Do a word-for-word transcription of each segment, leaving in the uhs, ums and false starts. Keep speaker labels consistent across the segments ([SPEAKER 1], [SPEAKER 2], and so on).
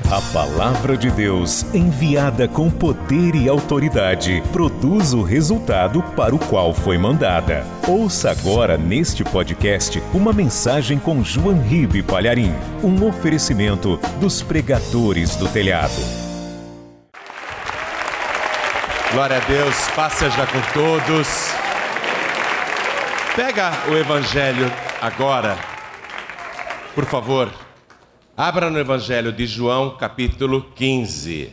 [SPEAKER 1] A palavra de Deus, enviada com poder e autoridade, produz o resultado para o qual foi mandada. Ouça agora neste podcast uma mensagem com João Ribe Palharim, um oferecimento dos pregadores do telhado.
[SPEAKER 2] Glória a Deus, paz seja com todos. Pega o Evangelho agora, por favor. Abra no Evangelho de João, capítulo quinze.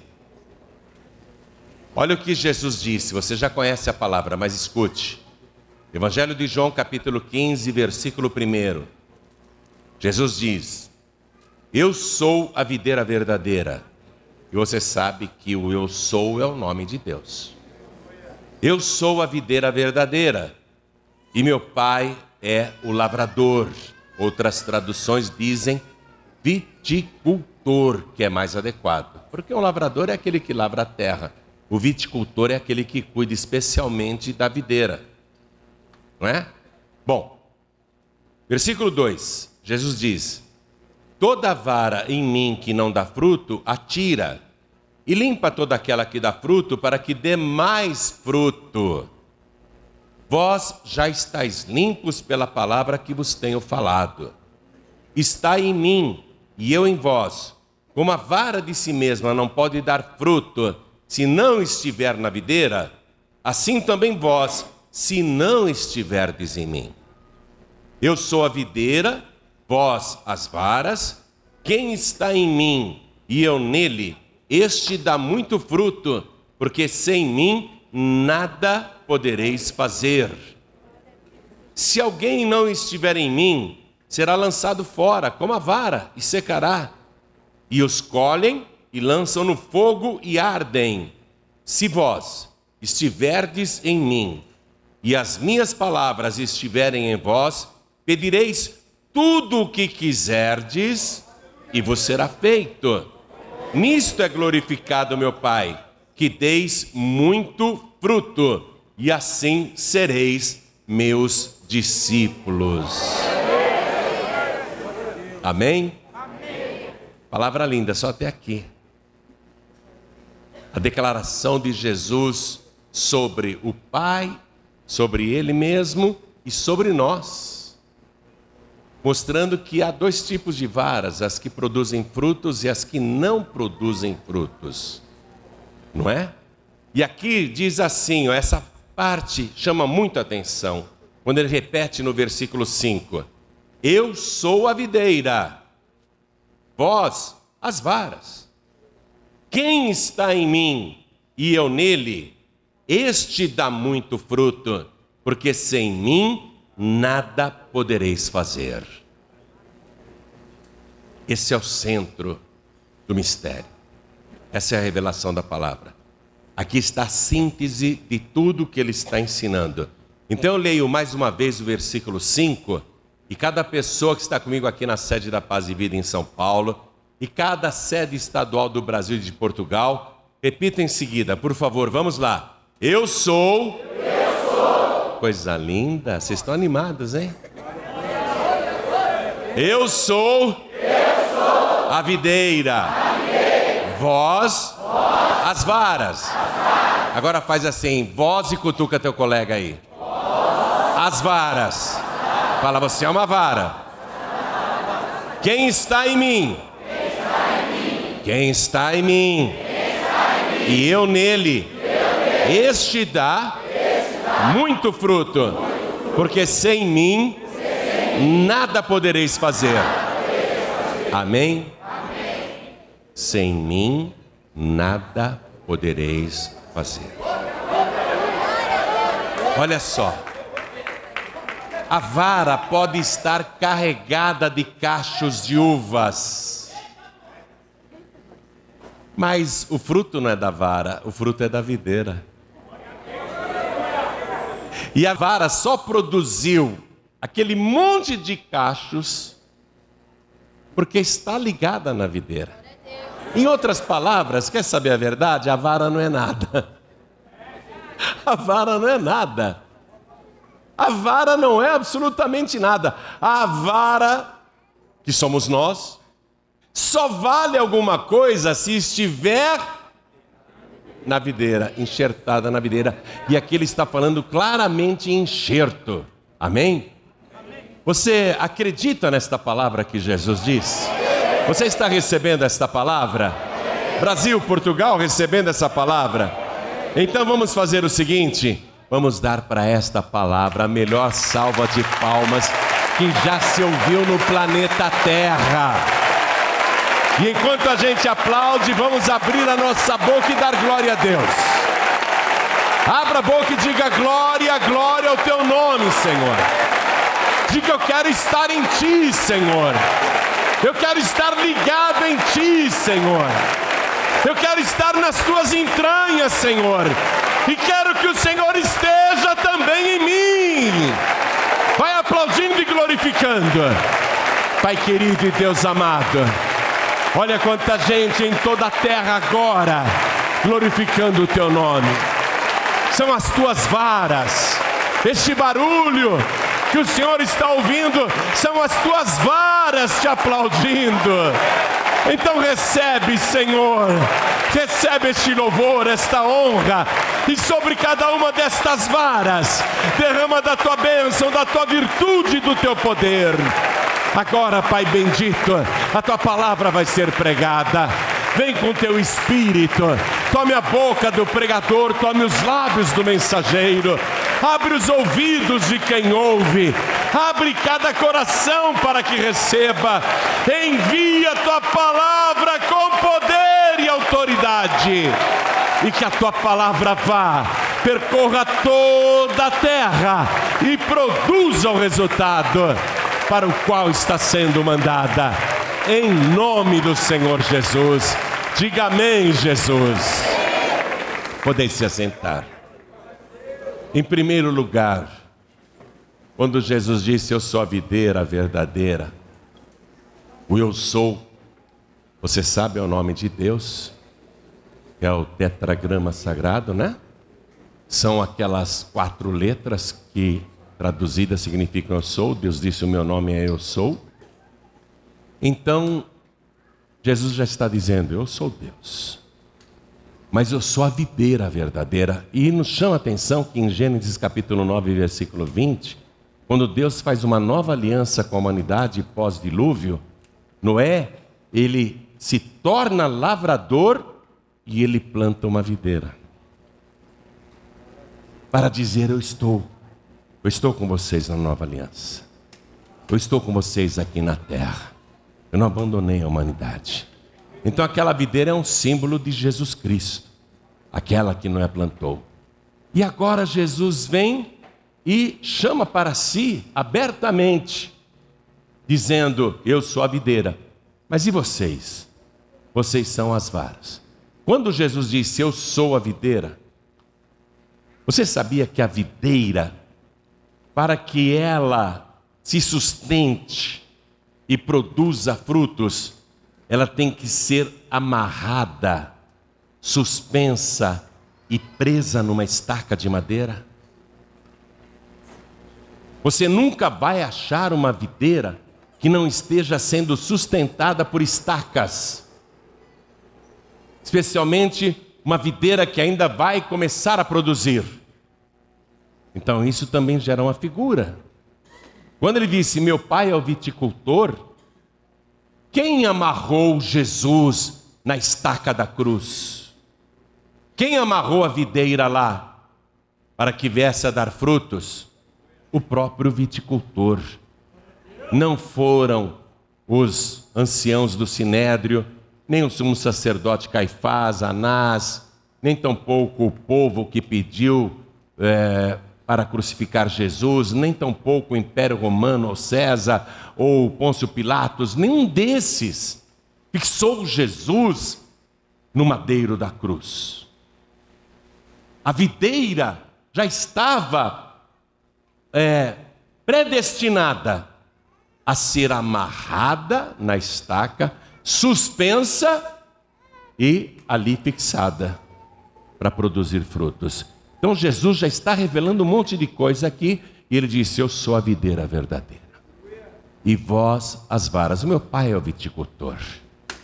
[SPEAKER 2] Olha o que Jesus disse, você já conhece a palavra, mas escute. Evangelho de João, capítulo quinze, versículo primeiro. Jesus diz: Eu sou a videira verdadeira. E você sabe que o eu sou é o nome de Deus. Eu sou a videira verdadeira. E meu pai é o lavrador. Outras traduções dizem viticultor, que é mais adequado. Porque o lavrador é aquele que lavra a terra. O viticultor é aquele que cuida especialmente da videira. Não é? Bom, versículo dois, Jesus diz: Toda vara em mim que não dá fruto, atira, e limpa toda aquela que dá fruto, para que dê mais fruto. Vós já estáis limpos pela palavra que vos tenho falado. Está em mim, e eu em vós. Como a vara de si mesma não pode dar fruto, se não estiver na videira, assim também vós, se não estiverdes em mim. Eu sou a videira, vós as varas. Quem está em mim e eu nele, este dá muito fruto, porque sem mim nada podereis fazer. Se alguém não estiver em mim, será lançado fora como a vara e secará. E os colhem e lançam no fogo e ardem. Se vós estiverdes em mim e as minhas palavras estiverem em vós, pedireis tudo o que quiserdes e vos será feito. Nisto é glorificado meu Pai, que deis muito fruto, e assim sereis meus discípulos. Amém? Amém? Palavra linda, só até aqui. A declaração de Jesus sobre o Pai, sobre Ele mesmo e sobre nós. Mostrando que há dois tipos de varas, as que produzem frutos e as que não produzem frutos. Não é? E aqui diz assim, ó, essa parte chama muito a atenção, quando ele repete no versículo cinco. Eu sou a videira, vós as varas. Quem está em mim e eu nele, este dá muito fruto, porque sem mim nada podereis fazer. Esse é o centro do mistério. Essa é a revelação da palavra. Aqui está a síntese de tudo que ele está ensinando. Então eu leio mais uma vez o versículo cinco, e cada pessoa que está comigo aqui na sede da Paz e Vida em São Paulo, e cada sede estadual do Brasil e de Portugal, repita em seguida, por favor, vamos lá. Eu sou... Eu sou... Coisa linda, vocês estão animados, hein? Eu sou... Eu sou... A videira. A videira. Vós... Vós... As varas. As varas. Agora faz assim, vós e cutuca teu colega aí. Vós. As varas. Fala, você é uma vara. Quem está em mim? Quem está em mim? E eu nele. Este dá muito fruto, porque sem mim nada podereis fazer. Amém? Sem mim nada podereis fazer. Olha só. A vara pode estar carregada de cachos de uvas, mas o fruto não é da vara, o fruto é da videira. E a vara só produziu aquele monte de cachos porque está ligada na videira. Em outras palavras, quer saber a verdade? A vara não é nada. A vara não é nada. A vara não é absolutamente nada. A vara, que somos nós, Só vale alguma coisa se estiver na videira, enxertada na videira. E aqui ele está falando claramente em enxerto. Amém? Você acredita nesta palavra que Jesus diz? Você está recebendo esta palavra? Brasil, Portugal, recebendo essa palavra? Então vamos fazer o seguinte: vamos dar para esta palavra a melhor salva de palmas que já se ouviu no planeta Terra. E enquanto a gente aplaude, vamos abrir a nossa boca e dar glória a Deus. Abra a boca e diga: glória, glória ao teu nome, Senhor. Diga: eu quero estar em ti, Senhor. Eu quero estar ligado em ti, Senhor. Eu quero estar nas tuas entranhas, Senhor. E quero que o Senhor esteja também em mim. Vai aplaudindo e glorificando. Pai querido e Deus amado, olha quanta gente em toda a terra agora glorificando o teu nome. São as tuas varas. Este barulho que o Senhor está ouvindo são as tuas varas te aplaudindo. Então recebe, Senhor, recebe este louvor, esta honra, e sobre cada uma destas varas derrama da tua bênção, da tua virtude, do teu poder. Agora, Pai bendito, a tua palavra vai ser pregada. Vem com teu espírito, tome a boca do pregador, tome os lábios do mensageiro, abre os ouvidos de quem ouve, abre cada coração para que receba. Envia a tua palavra com poder e autoridade, e que a tua palavra vá, percorra toda a terra e produza o resultado para o qual está sendo mandada. Em nome do Senhor Jesus. Diga amém, Jesus. Podem se assentar. Em primeiro lugar, quando Jesus disse: eu sou a videira verdadeira, o eu sou, você sabe, é o nome de Deus, é o tetragrama sagrado, né? São aquelas quatro letras que traduzidas significam eu sou. Deus disse: o meu nome é eu sou. Então, Jesus já está dizendo: eu sou Deus, mas eu sou a videira verdadeira. E nos chama a atenção que em Gênesis capítulo nove, versículo vinte, quando Deus faz uma nova aliança com a humanidade pós-dilúvio, Noé, ele se torna lavrador e ele planta uma videira, para dizer: eu estou, eu estou com vocês na nova aliança, eu estou com vocês aqui na terra. Eu não abandonei a humanidade. Então aquela videira é um símbolo de Jesus Cristo, aquela que Noé plantou. E agora Jesus vem e chama para si abertamente, dizendo: eu sou a videira, mas e vocês? Vocês são as varas. Quando Jesus disse: eu sou a videira, você sabia que a videira, para que ela se sustente e produza frutos, ela tem que ser amarrada, suspensa e presa numa estaca de madeira? Você nunca vai achar uma videira que não esteja sendo sustentada por estacas, especialmente uma videira que ainda vai começar a produzir. Então isso também gera uma figura. Quando ele disse: meu pai é o viticultor, quem amarrou Jesus na estaca da cruz? Quem amarrou a videira lá para que viesse a dar frutos? O próprio viticultor. Não foram os anciãos do Sinédrio, nem o sumo sacerdote Caifás, Anás, nem tampouco o povo que pediu é, para crucificar Jesus, nem tampouco o Império Romano, ou César, ou Pôncio Pilatos. Nenhum desses fixou Jesus no madeiro da cruz. A videira já estava é, predestinada a ser amarrada na estaca, suspensa e ali fixada para produzir frutos. Então Jesus já está revelando um monte de coisa aqui, e ele disse: eu sou a videira verdadeira, e vós as varas. O meu pai é o viticultor.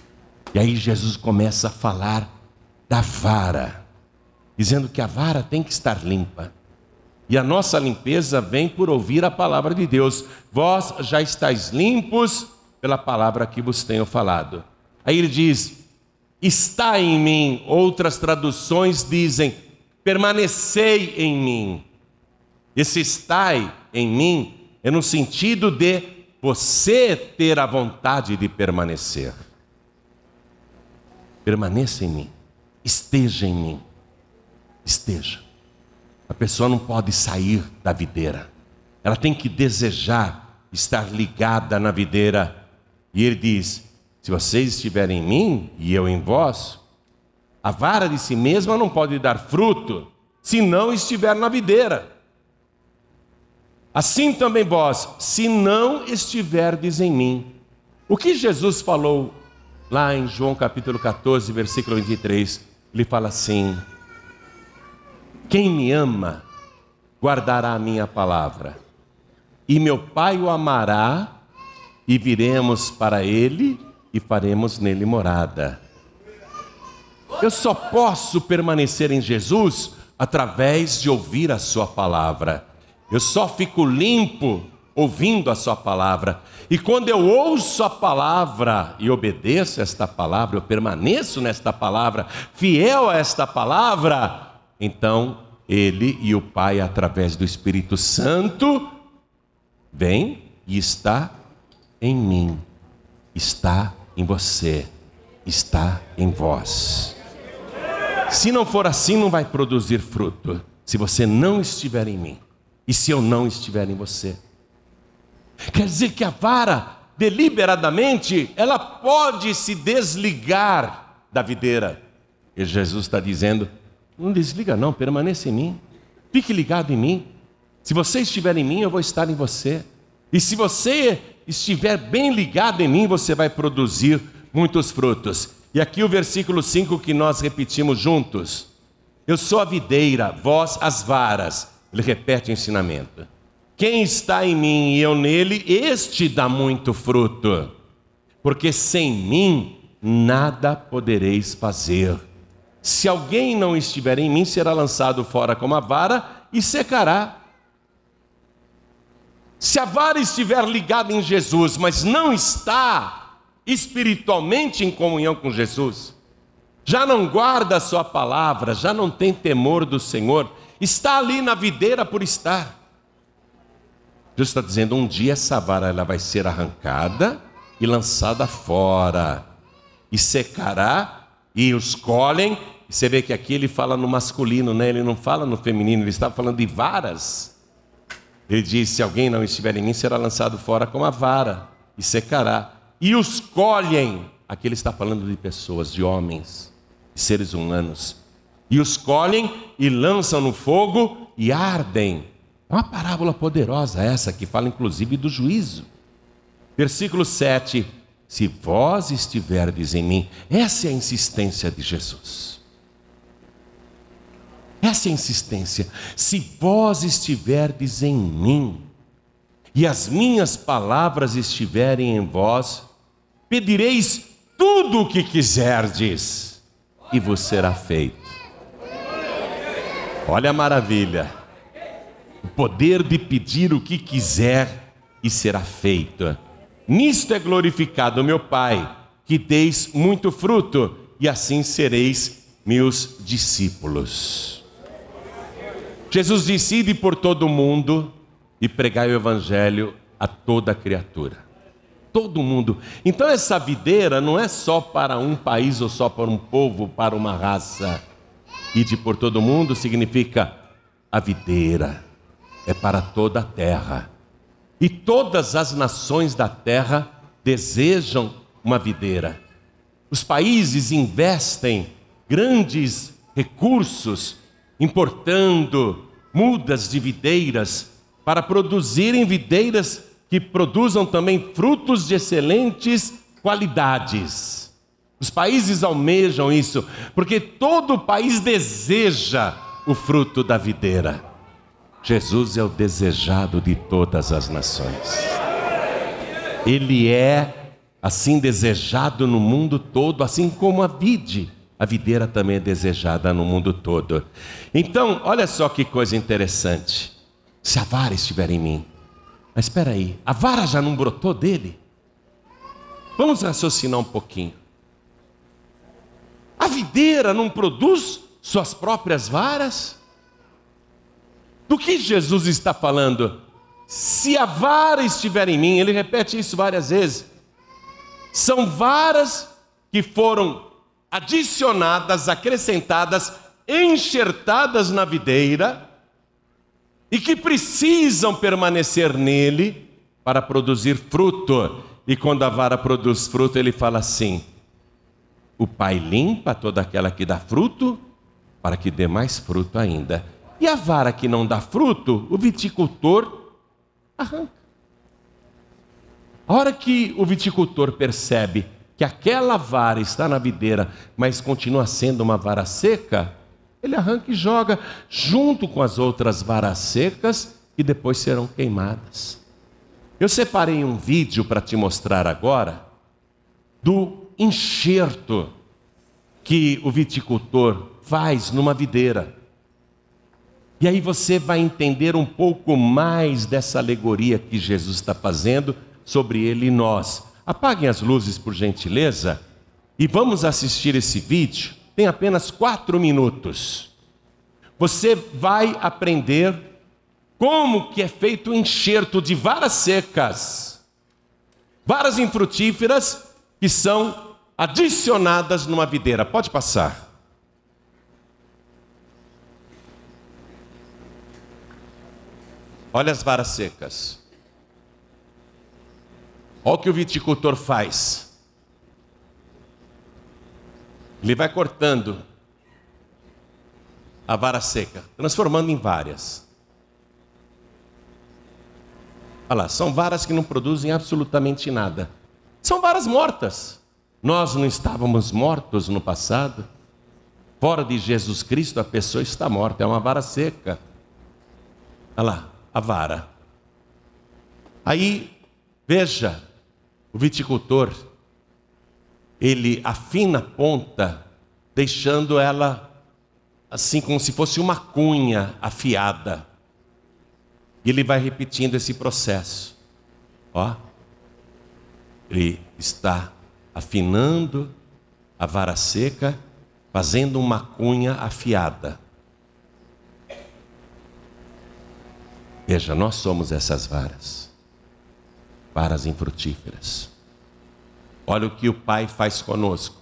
[SPEAKER 2] E aí Jesus começa a falar da vara, dizendo que a vara tem que estar limpa. E a nossa limpeza vem por ouvir a palavra de Deus. Vós já estáis limpos pela palavra que vos tenho falado. Aí ele diz, está em mim. Outras traduções dizem, permanecei em mim. Esse estai em mim é no sentido de você ter a vontade de permanecer. Permaneça em mim, esteja em mim, esteja. A pessoa não pode sair da videira, ela tem que desejar estar ligada na videira. E ele diz, se vocês estiverem em mim e eu em vós, a vara de si mesma não pode dar fruto, se não estiver na videira. Assim também vós, se não estiverdes em mim. O que Jesus falou lá em João capítulo catorze, versículo vinte e três, ele fala assim, quem me ama, guardará a minha palavra, e meu Pai o amará, e viremos para ele, e faremos nele morada. Eu só posso permanecer em Jesus através de ouvir a sua palavra. Eu só fico limpo ouvindo a sua palavra. E quando eu ouço a palavra e obedeço esta palavra, eu permaneço nesta palavra, fiel a esta palavra, então ele e o Pai, através do Espírito Santo, vem e está em mim, está em você, está em vós. Se não for assim, não vai produzir fruto, se você não estiver em mim. E se eu não estiver em você? Quer dizer que a vara, deliberadamente, ela pode se desligar da videira. E Jesus está dizendo, não desliga não, permaneça em mim. Fique ligado em mim. Se você estiver em mim, eu vou estar em você. E se você estiver bem ligado em mim, você vai produzir muitos frutos. E aqui o versículo cinco que nós repetimos juntos. Eu sou a videira, vós as varas. Ele repete o ensinamento. Quem está em mim e eu nele, este dá muito fruto. Porque sem mim, nada podereis fazer. Se alguém não estiver em mim, será lançado fora como a vara e secará. Se a vara estiver ligada em Jesus, mas não está espiritualmente em comunhão com Jesus, já não guarda a sua palavra, já não tem temor do Senhor, está ali na videira por estar. Jesus está dizendo, um dia essa vara ela vai ser arrancada e lançada fora, e secará, e os colhem. E você vê que aqui ele fala no masculino, né? Ele não fala no feminino, ele está falando de varas. Ele diz, se alguém não estiver em mim, será lançado fora com a vara, e secará. E os colhem, aqui ele está falando de pessoas, de homens, de seres humanos. E os colhem e lançam no fogo e ardem. É uma parábola poderosa essa, que fala inclusive do juízo. Versículo sete. Se vós estiverdes em mim, essa é a insistência de Jesus. Essa é a insistência. Se vós estiverdes em mim, e as minhas palavras estiverem em vós, pedireis tudo o que quiserdes, e vos será feito. Olha a maravilha, o poder de pedir o que quiser e será feito. Nisto é glorificado o meu Pai, que deis muito fruto, e assim sereis meus discípulos. Jesus disse, ide por todo o mundo e pregai o evangelho a toda criatura. Todo mundo. Então essa videira não é só para um país ou só para um povo, para uma raça. Ide por todo o mundo significa a videira é para toda a terra. E todas as nações da terra desejam uma videira. Os países investem grandes recursos importando mudas de videiras para produzirem videiras que produzam também frutos de excelentes qualidades. Os países almejam isso, porque todo país deseja o fruto da videira. Jesus é o desejado de todas as nações. Ele é assim desejado no mundo todo, assim como a vide. A videira também é desejada no mundo todo. Então, olha só que coisa interessante. Se a vara estiver em mim, mas espera aí, a vara já não brotou dele? Vamos raciocinar um pouquinho. A videira não produz suas próprias varas? Do que Jesus está falando? Se a vara estiver em mim, ele repete isso várias vezes. São varas que foram adicionadas, acrescentadas, enxertadas na videira e que precisam permanecer nele para produzir fruto. E quando a vara produz fruto, ele fala assim: o Pai limpa toda aquela que dá fruto para que dê mais fruto ainda. E a vara que não dá fruto, o viticultor arranca. A hora que o viticultor percebe que aquela vara está na videira, mas continua sendo uma vara seca, ele arranca e joga junto com as outras varas secas que depois serão queimadas. Eu separei um vídeo para te mostrar agora do enxerto que o viticultor faz numa videira. E aí você vai entender um pouco mais dessa alegoria que Jesus está fazendo sobre ele e nós. Apaguem as luzes, por gentileza, e vamos assistir esse vídeo. Tem apenas quatro minutos. Você vai aprender como que é feito o enxerto de varas secas, varas infrutíferas que são adicionadas numa videira. Pode passar. Olha as varas secas. Olha o que o viticultor faz. Ele vai cortando a vara seca, transformando em várias. Olha lá, são varas que não produzem absolutamente nada. São varas mortas. Nós não estávamos mortos no passado. Fora de Jesus Cristo, a pessoa está morta. É uma vara seca. Olha lá, a vara. Aí, veja, o viticultor, ele afina a ponta, deixando ela assim como se fosse uma cunha afiada. E ele vai repetindo esse processo. Ó, ele está afinando a vara seca, fazendo uma cunha afiada. Veja, nós somos essas varas, varas infrutíferas. Olha o que o Pai faz conosco.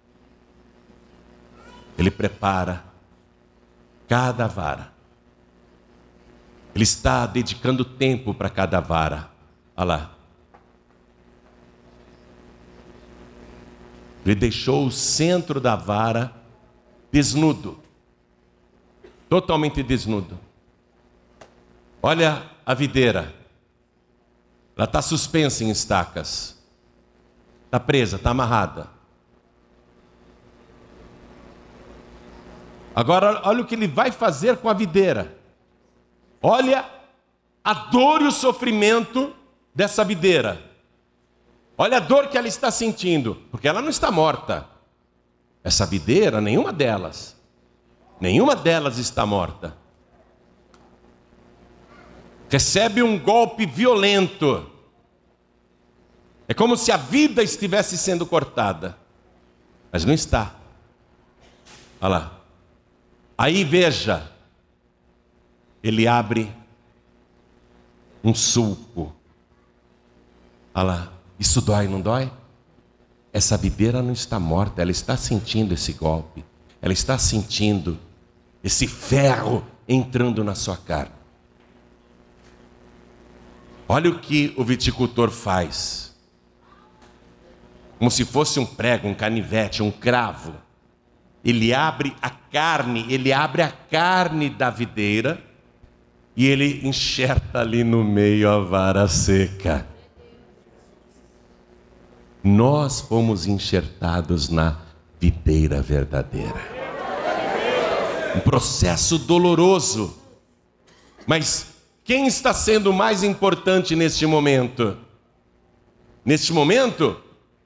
[SPEAKER 2] Ele prepara cada vara. Ele está dedicando tempo para cada vara. Olha lá. Ele deixou o centro da vara desnudo. Totalmente desnudo. Olha a videira. Ela está suspensa em estacas. Está presa, está amarrada. Agora, olha o que ele vai fazer com a videira. Olha a dor e o sofrimento dessa videira. Olha a dor que ela está sentindo, porque ela não está morta. Essa videira, nenhuma delas, nenhuma delas está morta. Recebe um golpe violento. É como se a vida estivesse sendo cortada, mas não está. Olha lá. Aí veja, ele abre um sulco. Olha lá, isso dói, não dói? Essa videira não está morta, ela está sentindo esse golpe. Ela está sentindo esse ferro entrando na sua carne. Olha o que o viticultor faz. Como se fosse um prego, um canivete, um cravo. Ele abre a carne, ele abre a carne da videira e ele enxerta ali no meio a vara seca. Nós fomos enxertados na videira verdadeira. Um processo doloroso. Mas quem está sendo mais importante neste momento? Neste momento,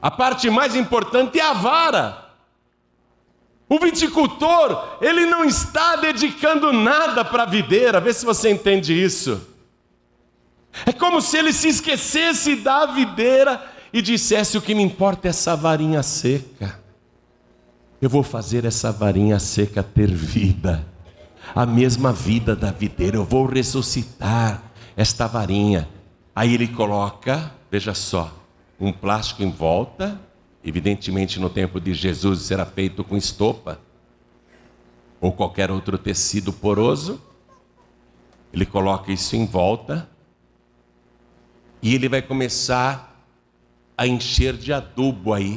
[SPEAKER 2] A parte mais importante é a vara. O viticultor, ele não está dedicando nada para a videira. Vê se você entende isso. É como se ele se esquecesse da videira e dissesse: o que me importa é essa varinha seca. Eu vou fazer essa varinha seca ter vida, a mesma vida da videira. Eu vou ressuscitar esta varinha. Aí ele coloca, veja só, um plástico em volta. Evidentemente no tempo de Jesus isso era feito com estopa ou qualquer outro tecido poroso. Ele coloca isso em volta e ele vai começar a encher de adubo aí.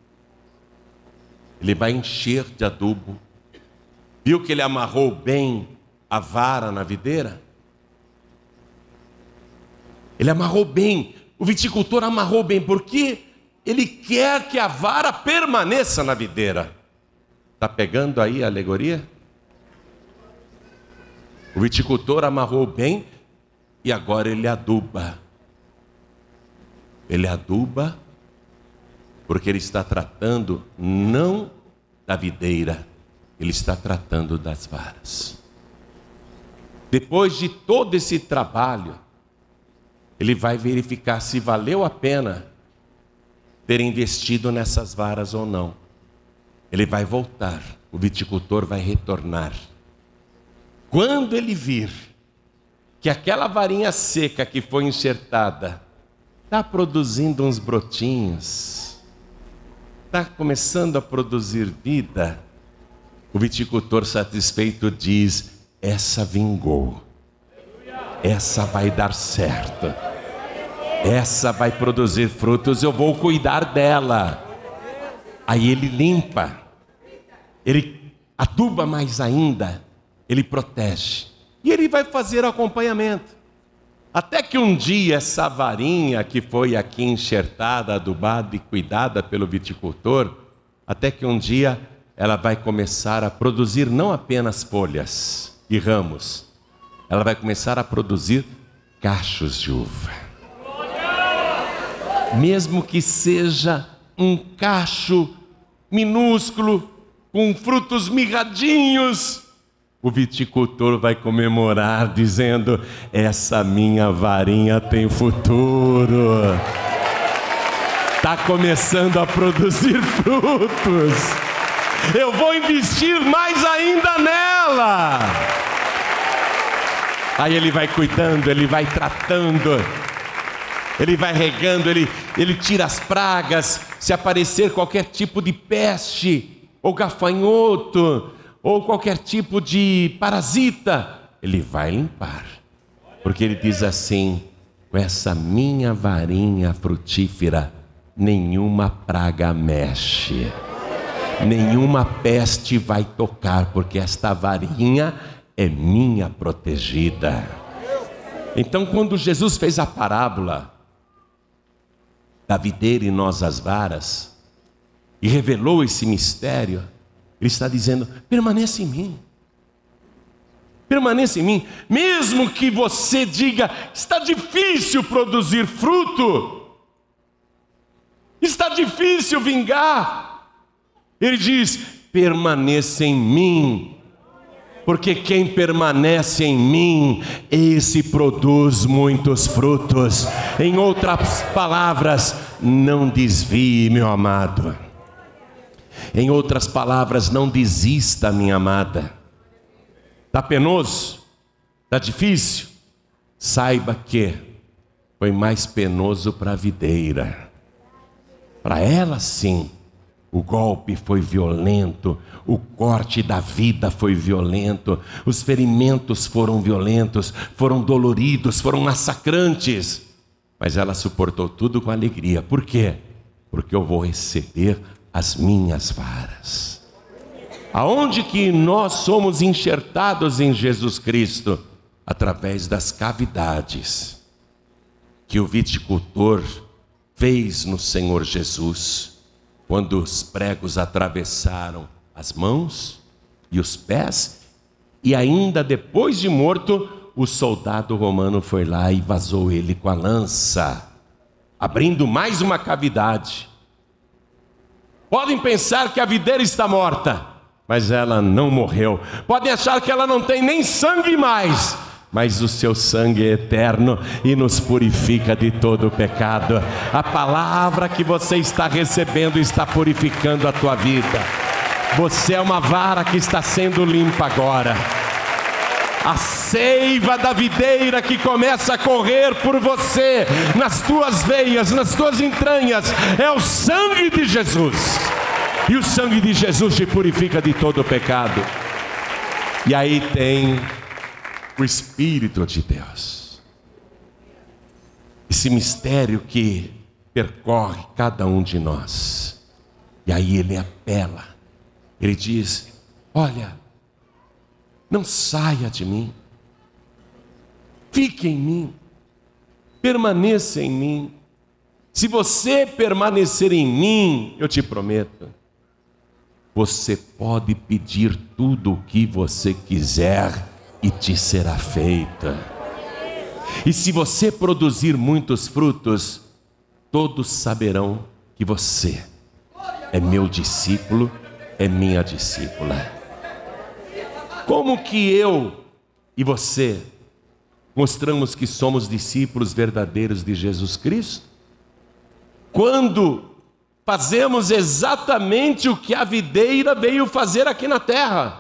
[SPEAKER 2] Ele vai encher de adubo. Viu que ele amarrou bem a vara na videira? Ele amarrou bem. O viticultor amarrou bem, porque ele quer que a vara permaneça na videira. Está pegando aí a alegoria? O viticultor amarrou bem e agora ele aduba. Ele aduba porque ele está tratando não da videira, ele está tratando das varas. Depois de todo esse trabalho, ele vai verificar se valeu a pena ter investido nessas varas ou não. Ele vai voltar, o viticultor vai retornar. Quando ele vir que aquela varinha seca que foi enxertada está produzindo uns brotinhos, está começando a produzir vida, o viticultor satisfeito diz: essa vingou, essa vai dar certo. Essa vai produzir frutos, eu vou cuidar dela. Aí ele limpa, ele aduba mais ainda, ele protege. E ele vai fazer acompanhamento. Até que um dia essa varinha que foi aqui enxertada, adubada e cuidada pelo viticultor, até que um dia ela vai começar a produzir não apenas folhas e ramos, ela vai começar a produzir cachos de uva. Mesmo que seja um cacho minúsculo, com frutos mirradinhos, o viticultor vai comemorar dizendo: essa minha varinha tem futuro. Está começando a produzir frutos. Eu vou investir mais ainda nela. Aí ele vai cuidando, ele vai tratando, ele vai regando, ele, ele tira as pragas. Se aparecer qualquer tipo de peste, ou gafanhoto, ou qualquer tipo de parasita, ele vai limpar. Porque ele diz assim: com essa minha varinha frutífera, nenhuma praga mexe, nenhuma peste vai tocar, porque esta varinha é minha protegida. Então, quando Jesus fez a parábola da videira e nós as varas, e revelou esse mistério, ele está dizendo: permaneça em mim, permaneça em mim, mesmo que você diga, está difícil produzir fruto, está difícil vingar, ele diz: permaneça em mim, porque quem permanece em mim, esse produz muitos frutos. Em outras palavras, não desvie, meu amado. Em outras palavras, não desista, minha amada. Está penoso? Está difícil? Saiba que foi mais penoso para a videira. Para ela sim, o golpe foi violento, o corte da vida foi violento, os ferimentos foram violentos, foram doloridos, foram massacrantes. Mas ela suportou tudo com alegria. Por quê? Porque eu vou receber as minhas varas. Aonde que nós somos enxertados em Jesus Cristo? Através das cavidades que o viticultor fez no Senhor Jesus, quando os pregos atravessaram as mãos e os pés, e ainda depois de morto, o soldado romano foi lá e vazou ele com a lança, abrindo mais uma cavidade. Podem pensar que a videira está morta, mas ela não morreu. Podem achar que ela não tem nem sangue mais, mas o seu sangue é eterno e nos purifica de todo o pecado. A palavra que você está recebendo está purificando a tua vida. Você é uma vara que está sendo limpa agora. A seiva da videira que começa a correr por você, nas tuas veias, nas tuas entranhas, é o sangue de Jesus. E o sangue de Jesus te purifica de todo o pecado. E aí tem o Espírito de Deus, esse mistério que percorre cada um de nós. E aí ele apela, ele diz: olha, não saia de mim, fique em mim, permaneça em mim. Se você permanecer em mim, eu te prometo, você pode pedir tudo o que você quiser e te será feita. E se você produzir muitos frutos, todos saberão que você é meu discípulo, é minha discípula. Como que eu e você mostramos que somos discípulos verdadeiros de Jesus Cristo? Quando fazemos exatamente o que a videira veio fazer aqui na terra.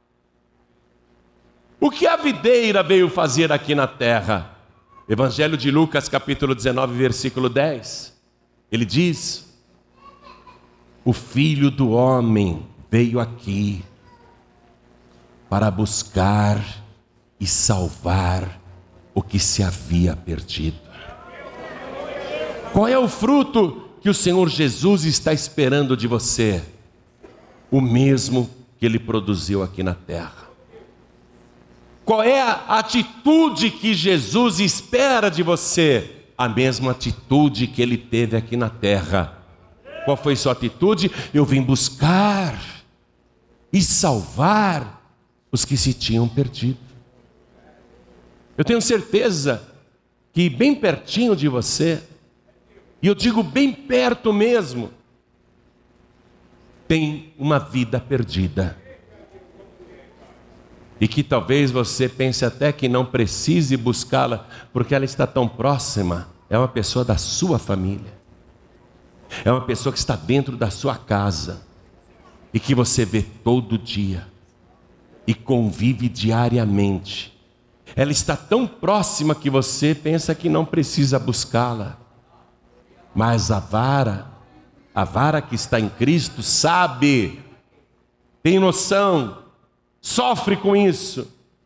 [SPEAKER 2] O que a videira veio fazer aqui na terra? Evangelho de Lucas, capítulo dezenove, versículo dez. Ele diz: o Filho do Homem veio aqui para buscar e salvar o que se havia perdido. Qual é o fruto que o Senhor Jesus está esperando de você? O mesmo que Ele produziu aqui na terra. Qual é a atitude que Jesus espera de você? A mesma atitude que Ele teve aqui na terra. Qual foi sua atitude? Eu vim buscar e salvar os que se tinham perdido. Eu tenho certeza que bem pertinho de você, e eu digo bem perto mesmo, tem uma vida perdida. E que talvez você pense até que não precise buscá-la, porque ela está tão próxima. É uma pessoa da sua família, é uma pessoa que está dentro da sua casa, e que você vê todo dia, e convive diariamente. Ela está tão próxima que você pensa que não precisa buscá-la. Mas a vara, a vara que está em Cristo sabe, tem noção, sofre com isso,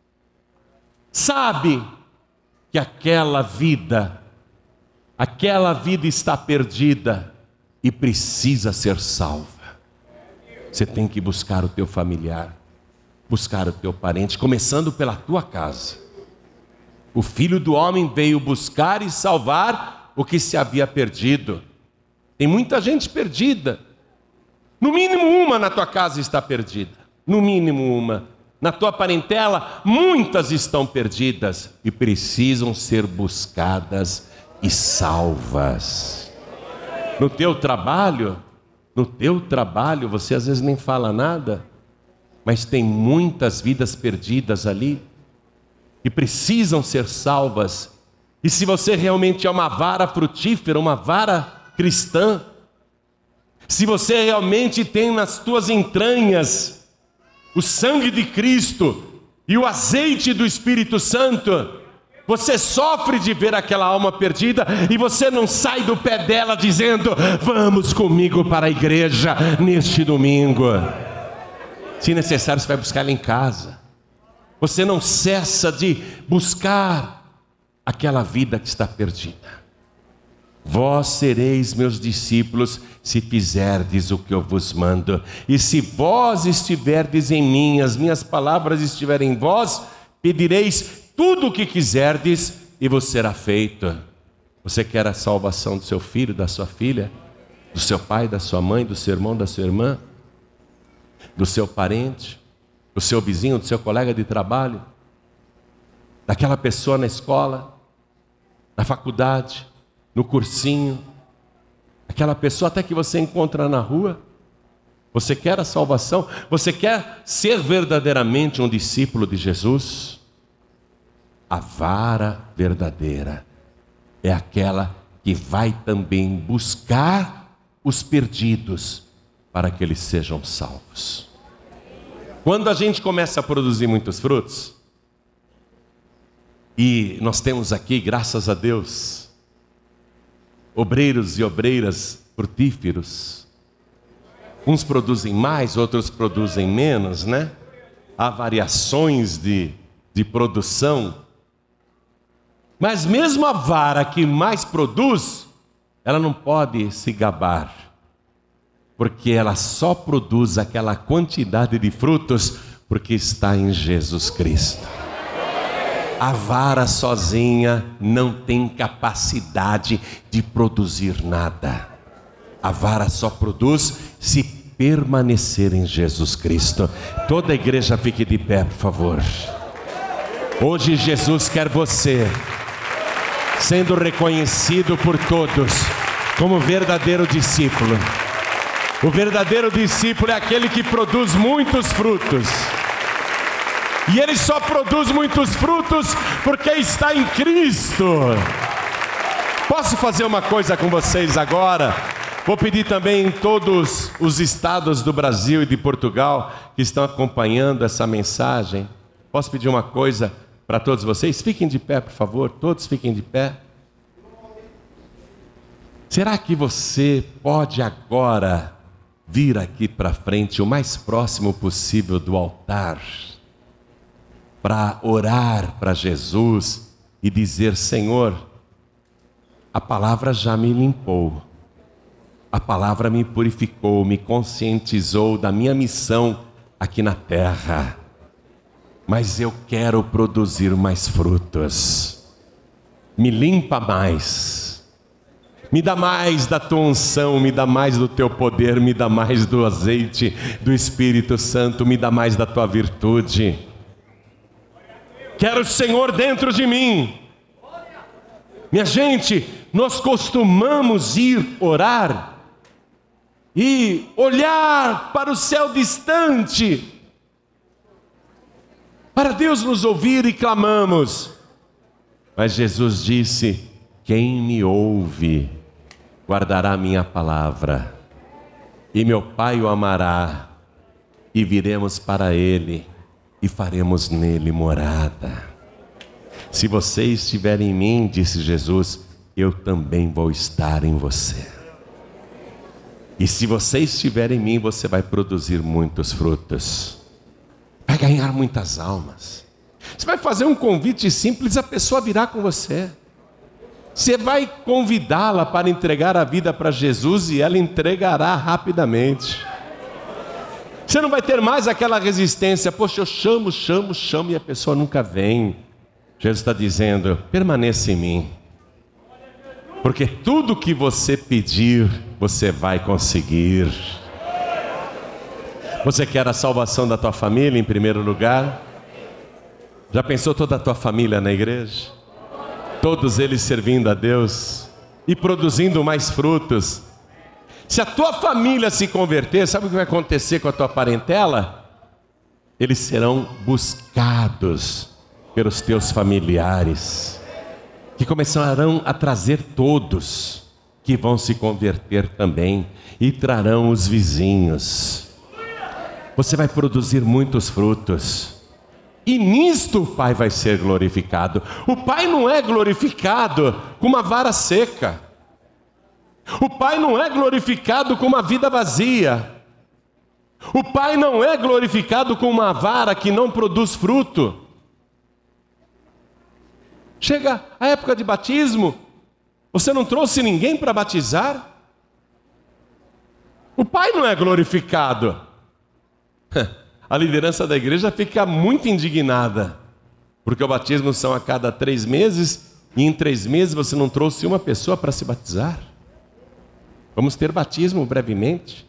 [SPEAKER 2] sabe que aquela vida, aquela vida está perdida e precisa ser salva. Você tem que buscar o teu familiar, buscar o teu parente, começando pela tua casa. O Filho do Homem veio buscar e salvar o que se havia perdido. Tem muita gente perdida. No mínimo uma na tua casa está perdida. No mínimo uma. Na tua parentela, muitas estão perdidas e precisam ser buscadas e salvas. No teu trabalho, no teu trabalho, você às vezes nem fala nada, mas tem muitas vidas perdidas ali que precisam ser salvas. E se você realmente é uma vara frutífera, uma vara cristã, se você realmente tem nas tuas entranhas o sangue de Cristo e o azeite do Espírito Santo, você sofre de ver aquela alma perdida e você não sai do pé dela dizendo: vamos comigo para a igreja neste domingo. Se necessário, você vai buscar ela em casa. Você não cessa de buscar aquela vida que está perdida. Vós sereis meus discípulos se fizerdes o que eu vos mando. E se vós estiverdes em mim, as minhas palavras estiverem em vós, pedireis tudo o que quiserdes e vos será feito. Você quer a salvação do seu filho, da sua filha, do seu pai, da sua mãe, do seu irmão, da sua irmã, do seu parente, do seu vizinho, do seu colega de trabalho, daquela pessoa na escola, na faculdade, no cursinho, aquela pessoa até que você encontra na rua, Você quer a salvação? Você quer ser verdadeiramente um discípulo de Jesus? A vara verdadeira é aquela que vai também buscar os perdidos para que eles sejam salvos. Quando a gente começa a produzir muitos frutos, e nós temos aqui, graças a Deus, obreiros e obreiras frutíferos, uns produzem mais, outros produzem menos, né? Há variações de, de produção. Mas mesmo a vara que mais produz, ela não pode se gabar, porque ela só produz aquela quantidade de frutos porque está em Jesus Cristo. A vara sozinha não tem capacidade de produzir nada. A vara só produz se permanecer em Jesus Cristo. Toda a igreja fique de pé, por favor. Hoje Jesus quer você sendo reconhecido por todos como verdadeiro discípulo. O verdadeiro discípulo é aquele que produz muitos frutos. E ele só produz muitos frutos porque está em Cristo. Posso fazer uma coisa com vocês agora? Vou pedir também em todos os estados do Brasil e de Portugal que estão acompanhando essa mensagem. Posso pedir uma coisa para todos vocês? Fiquem de pé, por favor. Todos fiquem de pé. Será que você pode agora vir aqui para frente o mais próximo possível do altar para orar para Jesus e dizer: Senhor, a palavra já me limpou, a palavra me purificou, me conscientizou da minha missão aqui na terra, mas eu quero produzir mais frutos. Me limpa mais, me dá mais da tua unção, me dá mais do teu poder, me dá mais do azeite do Espírito Santo, me dá mais da tua virtude. Quero o Senhor dentro de mim. Minha gente, nós costumamos ir orar e olhar para o céu distante, para Deus nos ouvir, e clamamos. Mas Jesus disse: quem me ouve guardará a minha palavra, e meu Pai o amará, e viremos para ele e faremos nele morada. Se você estiver em mim, disse Jesus, eu também vou estar em você. E se você estiver em mim, você vai produzir muitos frutos, vai ganhar muitas almas. Você vai fazer um convite simples, a pessoa virá com você. Você vai convidá-la para entregar a vida para Jesus e ela entregará rapidamente. Você não vai ter mais aquela resistência: poxa, eu chamo, chamo, chamo e a pessoa nunca vem. Jesus está dizendo: permaneça em mim, porque tudo que você pedir, você vai conseguir. Você quer a salvação da tua família em primeiro lugar? Já pensou toda a tua família na igreja? Todos eles servindo a Deus e produzindo mais frutos. Se a tua família se converter, sabe o que vai acontecer com a tua parentela? Eles serão buscados pelos teus familiares, que começarão a trazer todos, que vão se converter também, e trarão os vizinhos. Você vai produzir muitos frutos, e nisto o Pai vai ser glorificado. O Pai não é glorificado com uma vara seca. O Pai não é glorificado com uma vida vazia. O Pai não é glorificado com uma vara que não produz fruto. Chega a época de batismo, você não trouxe ninguém para batizar? O Pai não é glorificado. A liderança da igreja fica muito indignada, porque o batismo são a cada três meses, e em três meses você não trouxe uma pessoa para se batizar. Vamos ter batismo brevemente.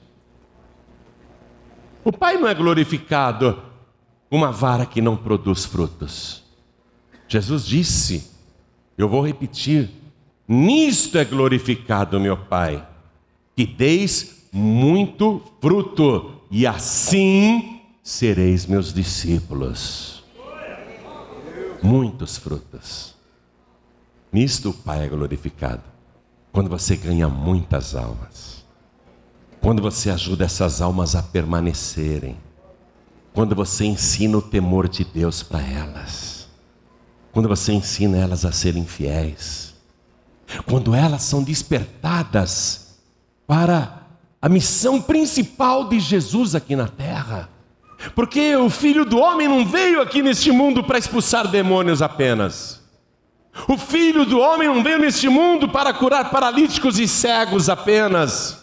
[SPEAKER 2] O Pai não é glorificado com uma vara que não produz frutos. Jesus disse, eu vou repetir: nisto é glorificado meu Pai, que deis muito fruto, e assim sereis meus discípulos. Muitos frutos. Nisto o Pai é glorificado. Quando você ganha muitas almas. Quando você ajuda essas almas a permanecerem. Quando você ensina o temor de Deus para elas. Quando você ensina elas a serem fiéis. Quando elas são despertadas para a missão principal de Jesus aqui na terra. Porque o Filho do Homem não veio aqui neste mundo para expulsar demônios apenas. O Filho do Homem não veio neste mundo para curar paralíticos e cegos apenas.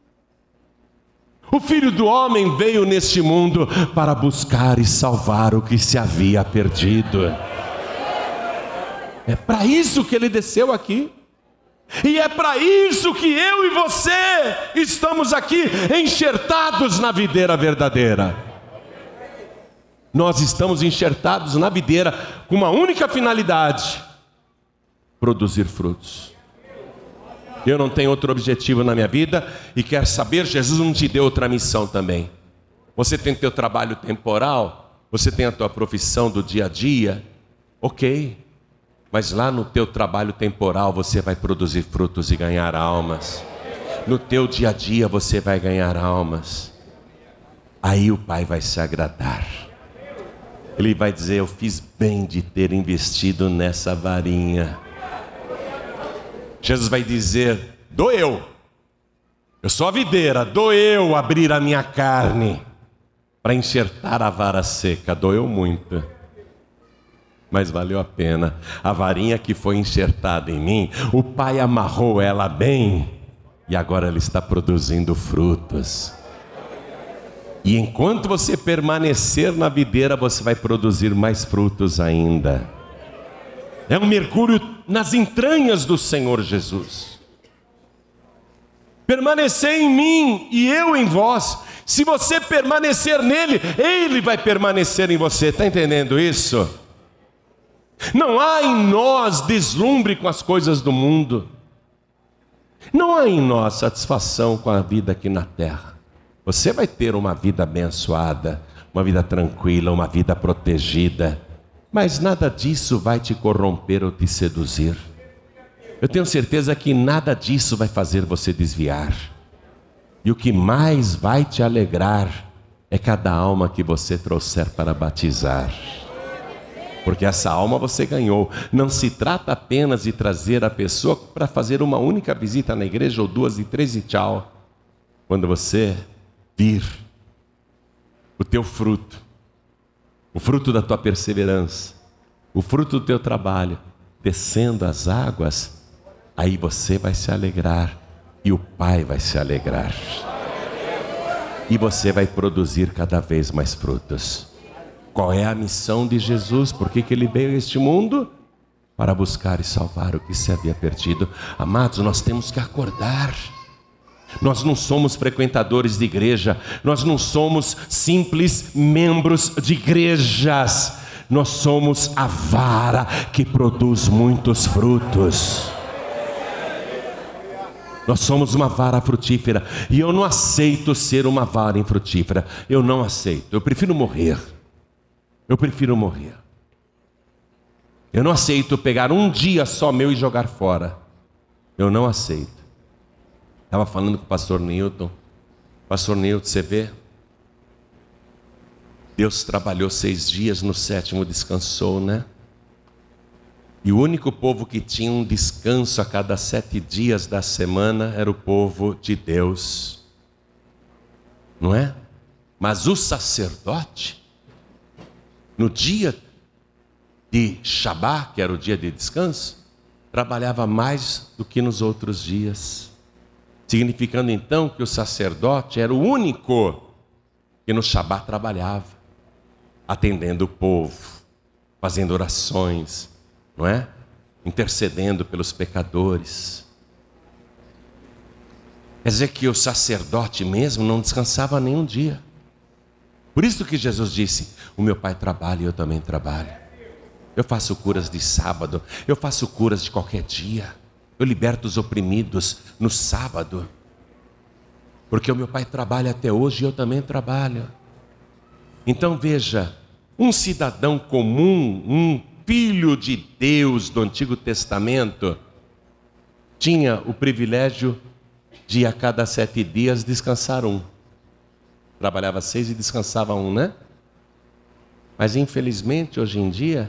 [SPEAKER 2] O Filho do Homem veio neste mundo para buscar e salvar o que se havia perdido. É para isso que ele desceu aqui. E é para isso que eu e você estamos aqui enxertados na videira verdadeira. Nós estamos enxertados na videira com uma única finalidade: produzir frutos. Eu não tenho outro objetivo na minha vida e quero saber, Jesus não te deu outra missão também. Você tem teu trabalho temporal, você tem a tua profissão do dia a dia, ok. Mas lá no teu trabalho temporal você vai produzir frutos e ganhar almas. No teu dia a dia você vai ganhar almas. Aí o Pai vai se agradar. Ele vai dizer: eu fiz bem de ter investido nessa varinha. Jesus vai dizer: doeu. Eu sou a videira, doeu abrir a minha carne para enxertar a vara seca. Doeu muito. Mas valeu a pena. A varinha que foi enxertada em mim, o Pai amarrou ela bem. E agora ela está produzindo frutos. E enquanto você permanecer na videira, você vai produzir mais frutos ainda. É um mergulho nas entranhas do Senhor Jesus. Permanecer em mim e eu em vós. Se você permanecer nele, ele vai permanecer em você. Está entendendo isso? Não há em nós deslumbre com as coisas do mundo. Não há em nós satisfação com a vida aqui na terra. Você vai ter uma vida abençoada, uma vida tranquila, uma vida protegida, mas nada disso vai te corromper ou te seduzir. Eu tenho certeza que nada disso vai fazer você desviar. E o que mais vai te alegrar é cada alma que você trouxer para batizar. Porque essa alma você ganhou. Não se trata apenas de trazer a pessoa para fazer uma única visita na igreja, ou duas e três e tchau. Quando você vir o teu fruto, o fruto da tua perseverança, o fruto do teu trabalho, descendo as águas, aí você vai se alegrar e o Pai vai se alegrar. E você vai produzir cada vez mais frutos. Qual é a missão de Jesus? Por que que ele veio a este mundo? Para buscar e salvar o que se havia perdido. Amados, nós temos que acordar. Nós não somos frequentadores de igreja, nós não somos simples membros de igrejas, nós somos a vara que produz muitos frutos. Nós somos uma vara frutífera, e eu não aceito ser uma vara infrutífera, eu não aceito, eu prefiro morrer, eu prefiro morrer. Eu não aceito pegar um dia só meu e jogar fora, eu não aceito. Estava falando com o pastor Newton. Pastor Newton, você vê? Deus trabalhou seis dias, no sétimo descansou, né? E o único povo que tinha um descanso a cada sete dias da semana era o povo de Deus. Não é? Mas o sacerdote, no dia de Shabá, que era o dia de descanso, trabalhava mais do que nos outros dias. Significando então que o sacerdote era o único que no Shabá trabalhava, atendendo o povo, fazendo orações, não é? Intercedendo pelos pecadores. Quer dizer que o sacerdote mesmo não descansava nenhum dia. Por isso que Jesus disse: o meu Pai trabalha e eu também trabalho. Eu faço curas de sábado, eu faço curas de qualquer dia. Eu liberto os oprimidos no sábado. Porque o meu pai trabalha até hoje e eu também trabalho. Então veja, um cidadão comum, um filho de Deus do Antigo Testamento, tinha o privilégio de a cada sete dias descansar um. Trabalhava seis e descansava um, né? Mas infelizmente hoje em dia,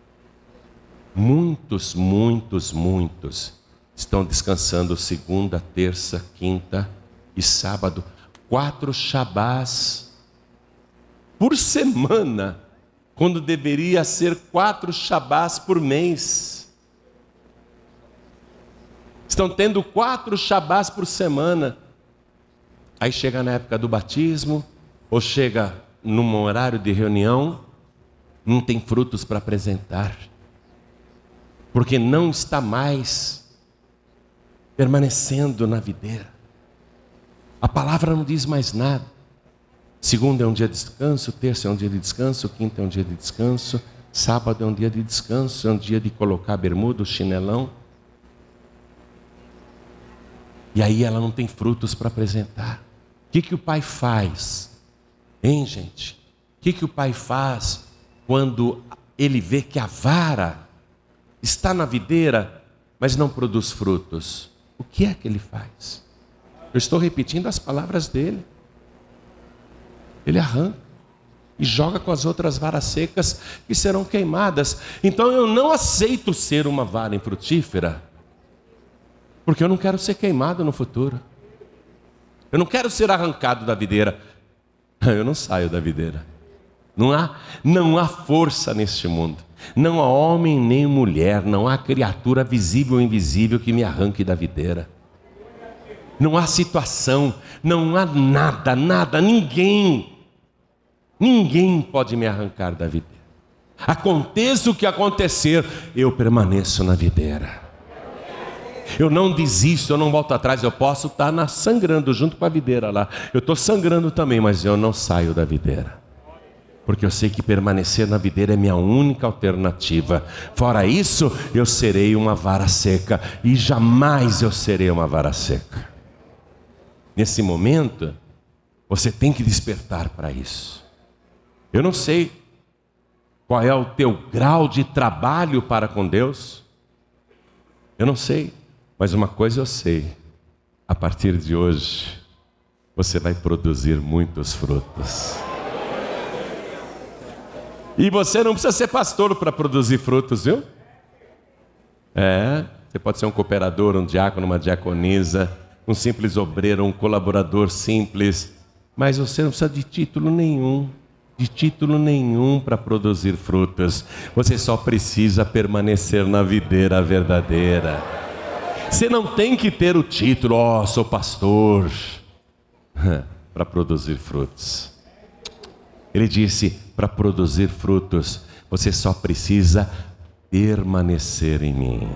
[SPEAKER 2] muitos, muitos, muitos estão descansando segunda, terça, quinta e sábado. Quatro shabás por semana, quando deveria ser quatro shabás por mês. Estão tendo quatro shabás por semana. Aí chega na época do batismo, ou chega num horário de reunião, não tem frutos para apresentar, porque não está mais permanecendo na videira. A palavra não diz mais nada. Segunda é um dia de descanso, terça é um dia de descanso, quinta é um dia de descanso, sábado é um dia de descanso, é um dia de colocar a bermuda, o chinelão. E aí ela não tem frutos para apresentar. O que, que o pai faz? Hein, gente? O que, que o pai faz quando ele vê que a vara está na videira, mas não produz frutos? O que é que ele faz? Eu estou repetindo as palavras dele. Ele arranca e joga com as outras varas secas que serão queimadas. Então eu não aceito ser uma vara infrutífera, porque eu não quero ser queimado no futuro. Eu não quero ser arrancado da videira. Eu não saio da videira. Não há, não há força neste mundo. Não há homem nem mulher, não há criatura visível ou invisível que me arranque da videira. Não há situação, não há nada, nada, ninguém. Ninguém pode me arrancar da videira. Aconteça o que acontecer, eu permaneço na videira. Eu não desisto, eu não volto atrás. Eu posso estar na, sangrando junto com a videira lá. Eu estou sangrando também, mas eu não saio da videira. Porque eu sei que permanecer na videira é minha única alternativa. Fora isso, eu serei uma vara seca. E jamais eu serei uma vara seca. Nesse momento, você tem que despertar para isso. Eu não sei qual é o teu grau de trabalho para com Deus. Eu não sei. Mas uma coisa eu sei, a partir de hoje, você vai produzir muitos frutos. E você não precisa ser pastor para produzir frutos, viu? É, você pode ser um cooperador, um diácono, uma diaconisa, um simples obreiro, um colaborador simples, mas você não precisa de título nenhum, de título nenhum para produzir frutos. Você só precisa permanecer na videira verdadeira. Você não tem que ter o título, ó, oh, sou pastor, para produzir frutos. Ele disse, para produzir frutos, você só precisa permanecer em mim.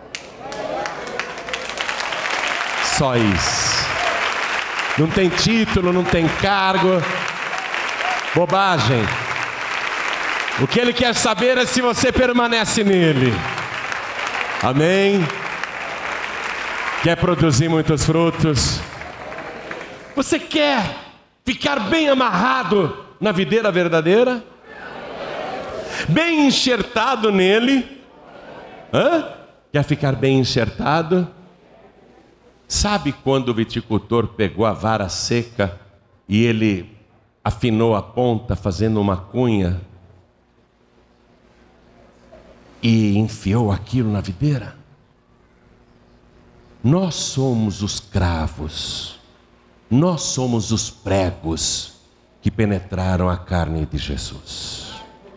[SPEAKER 2] Só isso. Não tem título, não tem cargo. Bobagem. O que ele quer saber é se você permanece nele. Amém? Quer produzir muitos frutos? Você quer ficar bem amarrado na videira verdadeira? Bem enxertado nele? Hã? Quer ficar bem enxertado? Sabe quando o viticultor pegou a vara seca e ele afinou a ponta fazendo uma cunha e enfiou aquilo na videira? Nós somos os cravos, nós somos os pregos que penetraram a carne de Jesus.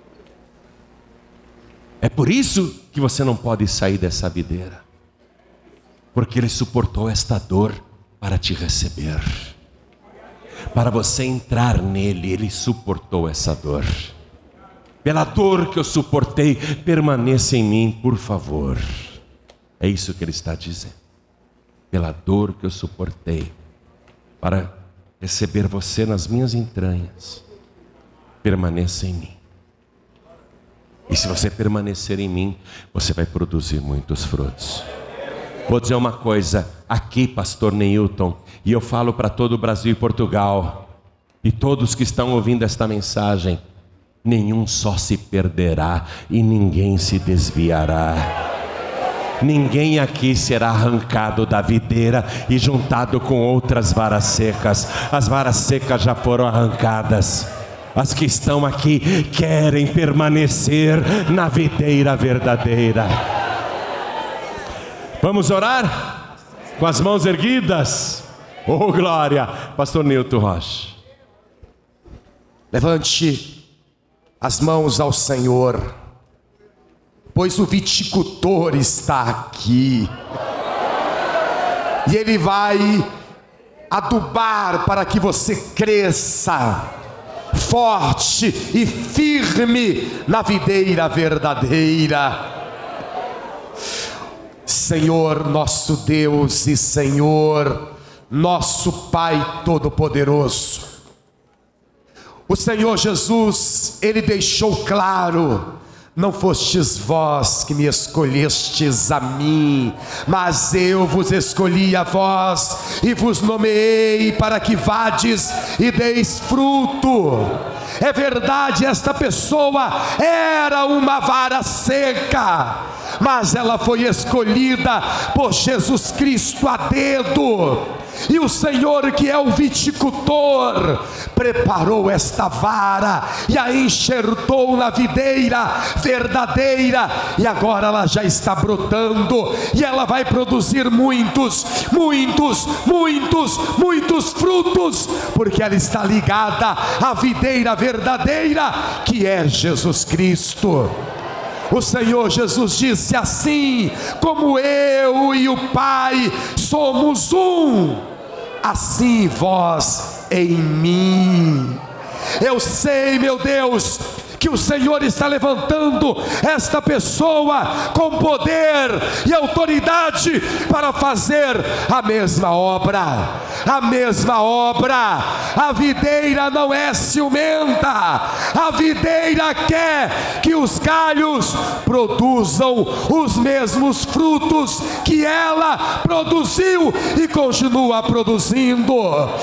[SPEAKER 2] É por isso que você não pode sair dessa videira, porque Ele suportou esta dor para te receber. Para você entrar nele, Ele suportou essa dor. Pela dor que eu suportei, permaneça em mim, por favor. É isso que Ele está dizendo. Pela dor que eu suportei, para receber você nas minhas entranhas, permaneça em mim. E se você permanecer em mim, você vai produzir muitos frutos. Vou dizer uma coisa, aqui, pastor Neilton, e eu falo para todo o Brasil e Portugal, e todos que estão ouvindo esta mensagem: nenhum só se perderá e ninguém se desviará. Ninguém aqui será arrancado da videira e juntado com outras varas secas. As varas secas já foram arrancadas. As que estão aqui querem permanecer na videira verdadeira. Vamos orar? Com as mãos erguidas. Oh, glória! Pastor Nilton Rocha.
[SPEAKER 3] Levante as mãos ao Senhor, pois o viticultor está aqui. E Ele vai adubar para que você cresça forte e firme na videira verdadeira. Senhor nosso Deus e Senhor nosso Pai Todo-Poderoso, o Senhor Jesus, Ele deixou claro: não fostes vós que me escolhestes a mim, mas eu vos escolhi a vós e vos nomeei para que vades e deis fruto. É verdade, esta pessoa era uma vara seca, mas ela foi escolhida por Jesus Cristo a dedo. E o Senhor, que é o viticultor, preparou esta vara e a enxertou na videira verdadeira, e agora ela já está brotando, e ela vai produzir muitos, muitos, muitos, muitos frutos, porque ela está ligada à videira verdadeira, que é Jesus Cristo. O Senhor Jesus disse assim: como eu e o Pai somos um, assim vós em mim. Eu sei, meu Deus, que o Senhor está levantando esta pessoa com poder e autoridade para fazer a mesma obra, a mesma obra. A videira não é ciumenta, a videira quer que os galhos produzam os mesmos frutos que ela produziu e continua produzindo.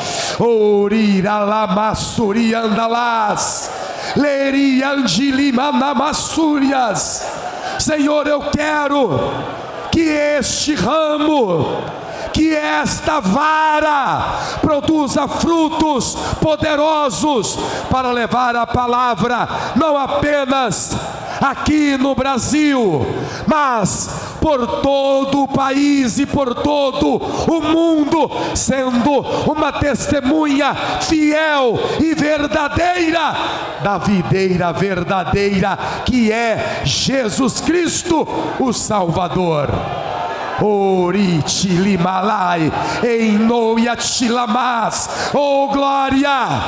[SPEAKER 3] Orira lamassuri andalás, leria andilimanamasúrias. Senhor, eu quero que este ramo, que esta vara produza frutos poderosos para levar a palavra não apenas aqui no Brasil, mas por todo o país e por todo o mundo, sendo uma testemunha fiel e verdadeira da videira verdadeira, que é Jesus Cristo, o Salvador. Oritilimalai, Einoiatilamas, oh glória,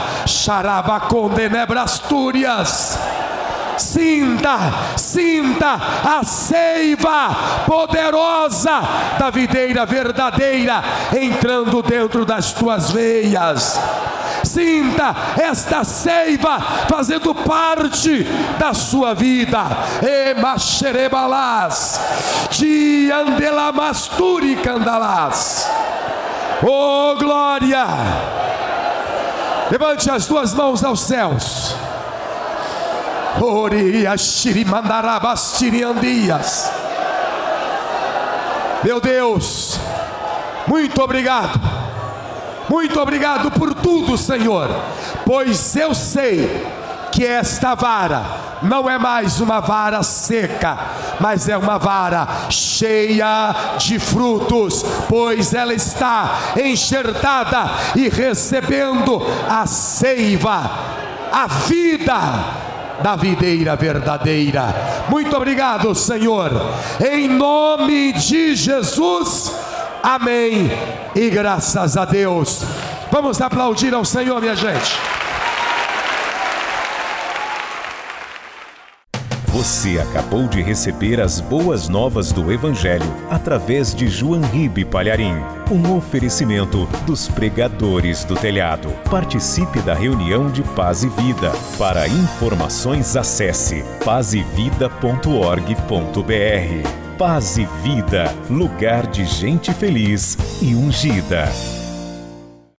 [SPEAKER 3] Xarabacondenebrastúrias. Sinta, sinta a seiva poderosa da videira verdadeira entrando dentro das tuas veias. Sinta esta seiva fazendo parte da sua vida. Emaxerebalás, Tiandelamasturi candalás. Oh glória! Levante as tuas mãos aos céus. Meu Deus, muito obrigado, muito obrigado por tudo, Senhor, pois eu sei que esta vara não é mais uma vara seca, mas é uma vara cheia de frutos, pois ela está enxertada e recebendo a seiva, a vida da videira verdadeira. Muito obrigado, Senhor, em nome de Jesus, amém e graças a Deus. Vamos aplaudir ao Senhor, minha gente.
[SPEAKER 1] Você acabou de receber as boas novas do Evangelho através de João Ribe Palharim, um oferecimento dos pregadores do telhado. Participe da reunião de Paz e Vida. Para informações, acesse paz e vida ponto org ponto br. Paz e Vida, lugar de gente feliz e ungida.